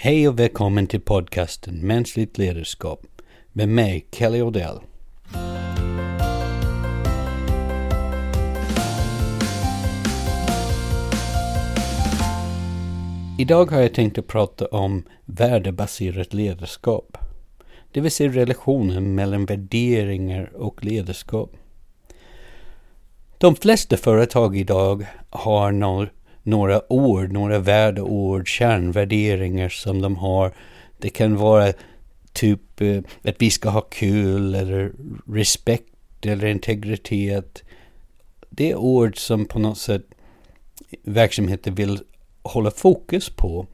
Hej och välkommen till podcasten Mänskligt ledarskap med mig, Kelly Odell. Idag har jag tänkt att prata om värdebaserat ledarskap. Det vill säga relationen mellan värderingar och ledarskap. De flesta företag idag har några värdeord, kärnvärderingar som de har. Det kan vara typ att vi ska ha kul eller respekt eller integritet. Det är ord som på något sätt verksamheter vill hålla fokus på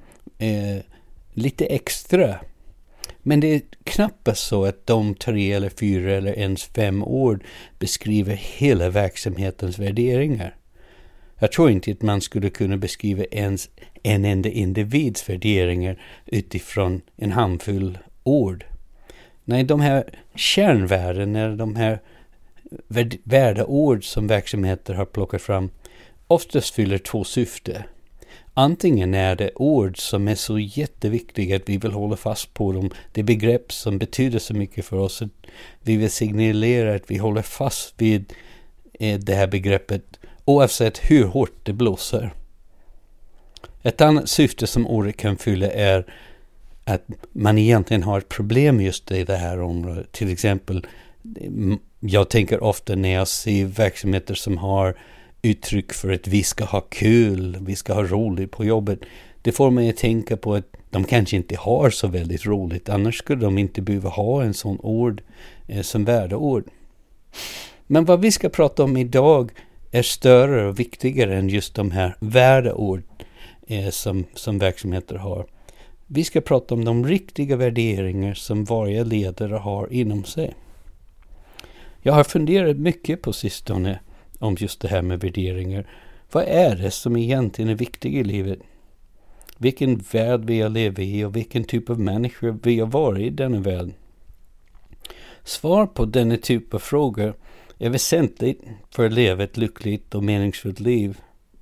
lite extra. Men det är knappast så att de 3 eller 4 eller ens 5 ord beskriver hela verksamhetens värderingar. Jag tror inte att man skulle kunna beskriva ens en enda individs värderingar utifrån en handfull ord. Nej, de här kärnvärden eller de här värdeord som verksamheter har plockat fram oftast fyller 2 syften. Antingen är det ord som är så jätteviktiga att vi vill hålla fast på dem. Det är begrepp som betyder så mycket för oss att vi vill signalera att vi håller fast vid det här begreppet oavsett hur hårt det blåser. Ett annat syfte som ordet kan fylla är att man egentligen har ett problem just i det här området. Till exempel, jag tänker ofta när jag ser verksamheter som har uttryck för att vi ska ha kul, vi ska ha roligt på jobbet. Det får mig att tänka på att de kanske inte har så väldigt roligt. Annars skulle de inte behöva ha en sån ord som värdeord. Men vad vi ska prata om idag är större och viktigare än just de här värdeord som verksamheter har. Vi ska prata om de riktiga värderingar som varje ledare har inom sig. Jag har funderat mycket på sistone om just det här med värderingar. Vad är det som egentligen är viktigt i livet? Vilken värld vi har levt i och vilken typ av människor vi har varit i denna värld? Svar på denna typ av frågor är väsentligt för att leva ett lyckligt och meningsfullt liv.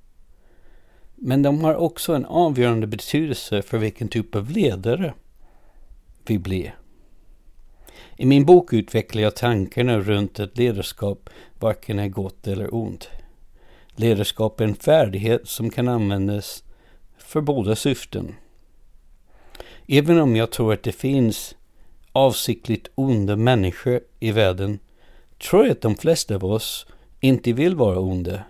Men de har också en avgörande betydelse för vilken typ av ledare vi blir. I min bok utvecklar jag tankarna runt att ledarskap varken är gott eller ont. Ledarskap är en färdighet som kan användas för båda syften. Även om jag tror att det finns avsiktligt onda människor i världen, tror jag att de flesta av oss inte vill vara onda.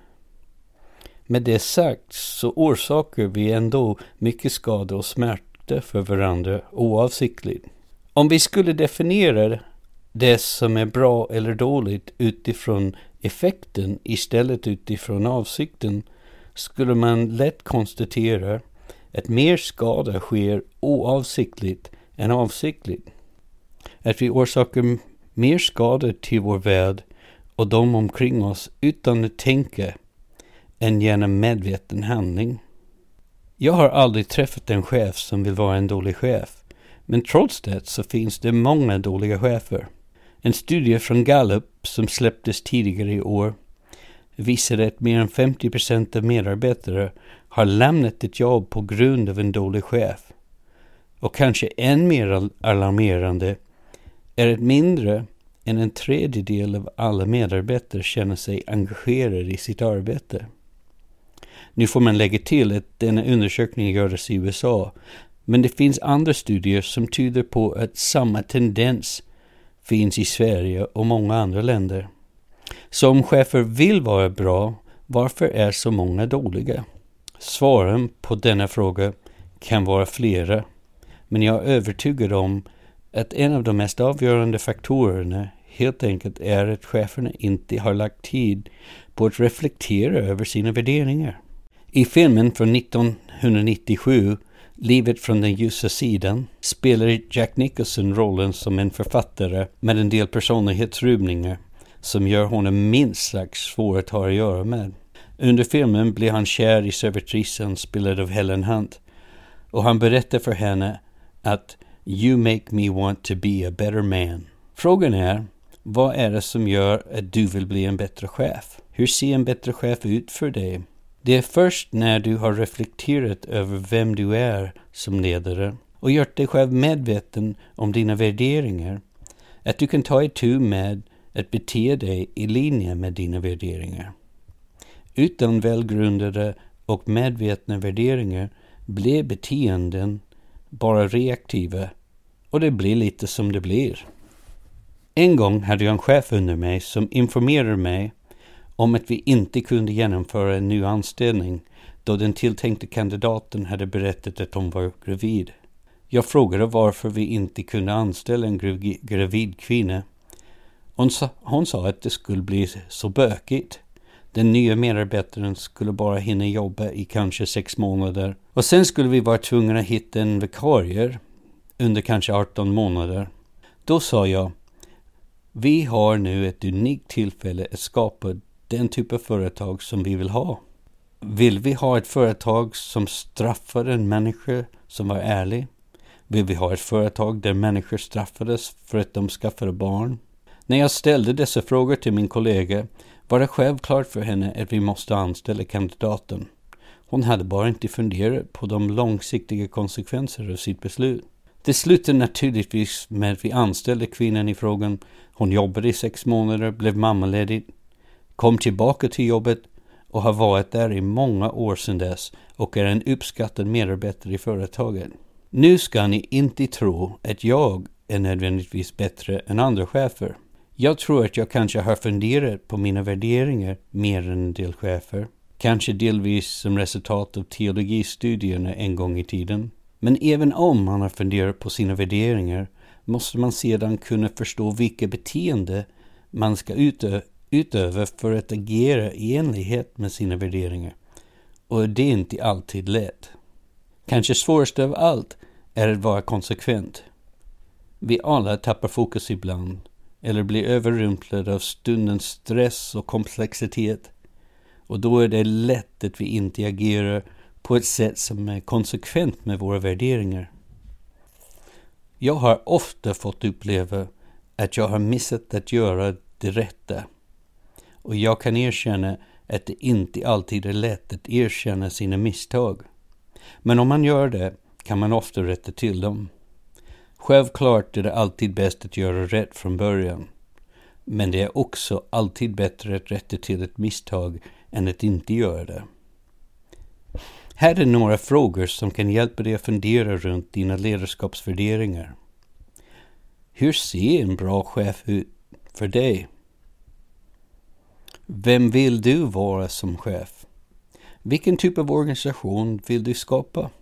Med det sagt så orsakar vi ändå mycket skada och smärta för varandra oavsiktligt. Om vi skulle definiera det som är bra eller dåligt utifrån effekten istället utifrån avsikten, skulle man lätt konstatera att mer skada sker oavsiktligt än avsiktligt. Att vi orsakar mer skada till vår värld och de omkring oss utan att tänka än genom medveten handling. Jag har aldrig träffat en chef som vill vara en dålig chef. Men trots det så finns det många dåliga chefer. En studie från Gallup som släpptes tidigare i år visade att mer än 50% av medarbetare har lämnat ett jobb på grund av en dålig chef. Och kanske än mer alarmerande är att mindre än en tredjedel av alla medarbetare känner sig engagerade i sitt arbete. Nu får man lägga till att denna undersökning görs i USA. Men det finns andra studier som tyder på att samma tendens finns i Sverige och många andra länder. Så om chefer vill vara bra, varför är så många dåliga? Svaren på denna fråga kan vara flera. Men jag är övertygad om att en av de mest avgörande faktorerna helt enkelt är att cheferna inte har lagt tid på att reflektera över sina värderingar. I filmen från 1997 Livet från den ljusa sidan spelar Jack Nicholson rollen som en författare med en del personlighetsrubbningar som gör honom minst sagt svår att ha att göra med. Under filmen blir han kär i servitrisen spelad av Helen Hunt och han berättar för henne att "You make me want to be a better man". Frågan är, vad är det som gör att du vill bli en bättre chef? Hur ser en bättre chef ut för dig? Det är först när du har reflekterat över vem du är som ledare och gjort dig själv medveten om dina värderingar, att du kan ta itu med att bete dig i linje med dina värderingar. Utan välgrundade och medvetna värderingar blir beteenden bara reaktiva och det blir lite som det blir. En gång hade jag en chef under mig som informerade mig om att vi inte kunde genomföra en ny anställning då den tilltänkte kandidaten hade berättat att hon var gravid. Jag frågade varför vi inte kunde anställa en gravid kvinna. Hon sa att det skulle bli så bökigt. Den nya medarbetaren skulle bara hinna jobba i kanske 6 månader. Och sen skulle vi vara tvungna att hitta en vikarier under kanske 18 månader. Då sa jag, vi har nu ett unikt tillfälle att skapa den typ av företag som vi vill ha. Vill vi ha ett företag som straffar en människa som var ärlig? Vill vi ha ett företag där människor straffades för att de skaffade barn? När jag ställde dessa frågor till min kollega var det självklart för henne att vi måste anställa kandidaten. Hon hade bara inte funderat på de långsiktiga konsekvenserna av sitt beslut. Det slutade naturligtvis med att vi anställde kvinnan i frågan. Hon jobbade i 6 månader, blev mammaledig, kom tillbaka till jobbet och har varit där i många år sedan dess och är en uppskattad medarbetare i företaget. Nu ska ni inte tro att jag är nödvändigtvis bättre än andra chefer. Jag tror att jag kanske har funderat på mina värderingar mer än en del chefer. Kanske delvis som resultat av teologistudierna en gång i tiden. Men även om man har funderat på sina värderingar måste man sedan kunna förstå vilka beteende man ska utöva för att agera i enlighet med sina värderingar. Och det är inte alltid lätt. Kanske svårast av allt är att vara konsekvent. Vi alla tappar fokus ibland eller blir överrumplade av stundens stress och komplexitet. Och då är det lätt att vi inte agerar på ett sätt som är konsekvent med våra värderingar. Jag har ofta fått uppleva att jag har missat att göra det rätta. Och jag kan erkänna att det inte alltid är lätt att erkänna sina misstag. Men om man gör det kan man ofta rätta till dem. Självklart är det alltid bäst att göra rätt från början. Men det är också alltid bättre att rätta till ett misstag än att inte göra det. Här är några frågor som kan hjälpa dig att fundera runt dina ledarskapsvärderingar. Hur ser en bra chef ut för dig? Vem vill du vara som chef? Vilken typ av organisation vill du skapa?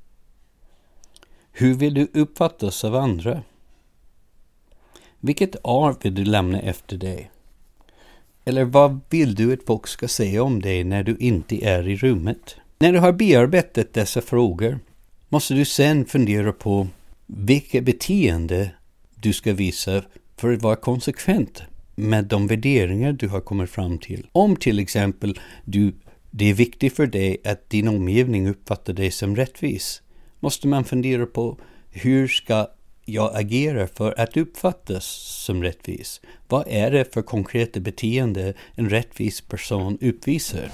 Hur vill du uppfattas av andra? Vilket arv vill du lämna efter dig? Eller vad vill du att folk ska säga om dig när du inte är i rummet? När du har bearbetat dessa frågor måste du sen fundera på vilka beteende du ska visa för att vara konsekvent med de värderingar du har kommit fram till. Om till exempel det är viktigt för dig att din omgivning uppfattar dig som rättvis, måste man fundera på hur ska jag agera för att uppfattas som rättvis? Vad är det för konkreta beteende en rättvis person uppvisar?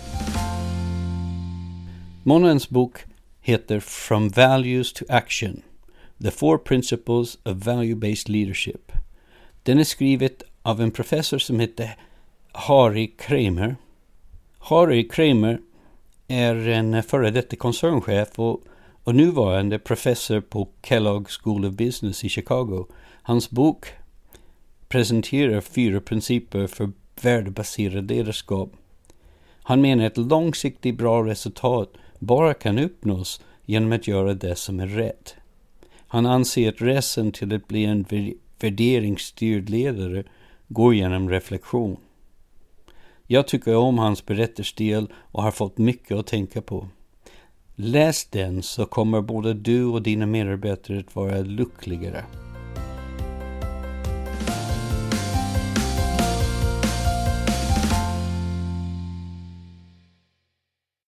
Månadens bok heter From Values to Action. The 4 Principles of Value-Based Leadership. Den är skrivet av en professor som heter Harry Kramer. Harry Kramer är en före detta koncernchef och nuvarande professor på Kellogg School of Business i Chicago. Hans bok presenterar 4 principer för värdebaserad ledarskap. Han menar att långsiktigt bra resultat bara kan uppnås genom att göra det som är rätt. Han anser att resan till att bli en värderingsstyrd ledare går genom reflektion. Jag tycker om hans berättarstil och har fått mycket att tänka på. Läs den så kommer både du och dina medarbetare att vara lyckligare.